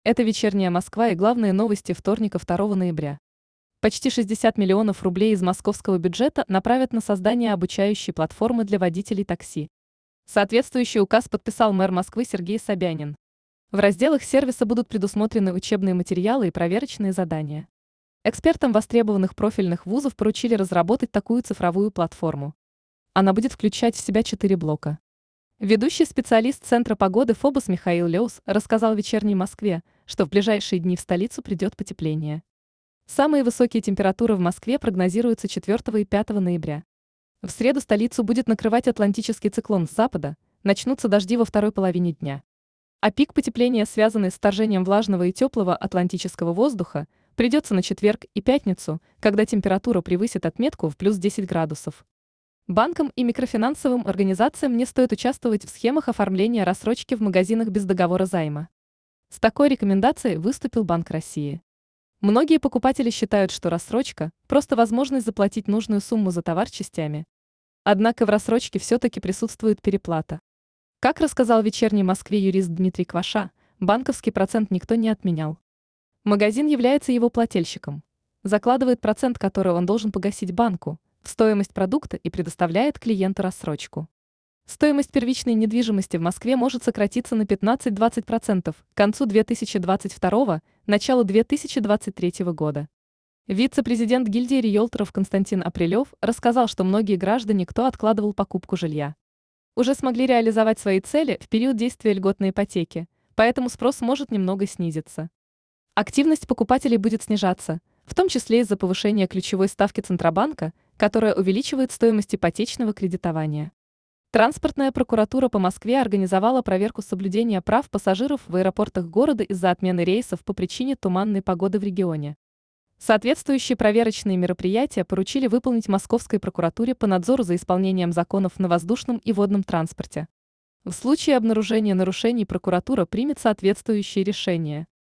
Это «Вечерняя Москва» и главные новости вторника 2 ноября. Почти 60 миллионов рублей из московского бюджета направят на создание обучающей платформы для водителей такси. Соответствующий указ подписал мэр Москвы Сергей Собянин. В разделах сервиса будут предусмотрены учебные материалы и проверочные задания. Экспертам востребованных профильных вузов поручили разработать такую цифровую платформу. Она будет включать в себя 4 блока. Ведущий специалист Центра погоды ФОБОС Михаил Леус рассказал «Вечерней Москве», что в ближайшие дни в столицу придет потепление. Самые высокие температуры в Москве прогнозируются 4 и 5 ноября. В среду столицу будет накрывать атлантический циклон с запада, начнутся дожди во второй половине дня. А пик потепления, связанный с вторжением влажного и теплого атлантического воздуха, придется на четверг и пятницу, когда температура превысит отметку в плюс 10 градусов. Банкам и микрофинансовым организациям не стоит участвовать в схемах оформления рассрочки в магазинах без договора займа. С такой рекомендацией выступил Банк России. Многие покупатели считают, что рассрочка – просто возможность заплатить нужную сумму за товар частями. Однако в рассрочке все-таки присутствует переплата. Как рассказал «Вечерней Москве» юрист Дмитрий Кваша, банковский процент никто не отменял. Магазин является его плательщиком, закладывает процент, который он должен погасить банку, в стоимость продукта и предоставляет клиенту рассрочку. Стоимость первичной недвижимости в Москве может сократиться на 15-20% к концу 2022 – началу 2023 года. Вице-президент гильдии риэлторов Константин Апрелев рассказал, что многие граждане, кто откладывал покупку жилья, уже смогли реализовать свои цели в период действия льготной ипотеки, поэтому спрос может немного снизиться. Активность покупателей будет снижаться, в том числе из-за повышения ключевой ставки Центробанка, которая увеличивает стоимость ипотечного кредитования. Транспортная прокуратура по Москве организовала проверку соблюдения прав пассажиров в аэропортах города из-за отмены рейсов по причине туманной погоды в регионе. Соответствующие проверочные мероприятия поручили выполнить Московской прокуратуре по надзору за исполнением законов на воздушном и водном транспорте. В случае обнаружения нарушений прокуратура примет соответствующие решения.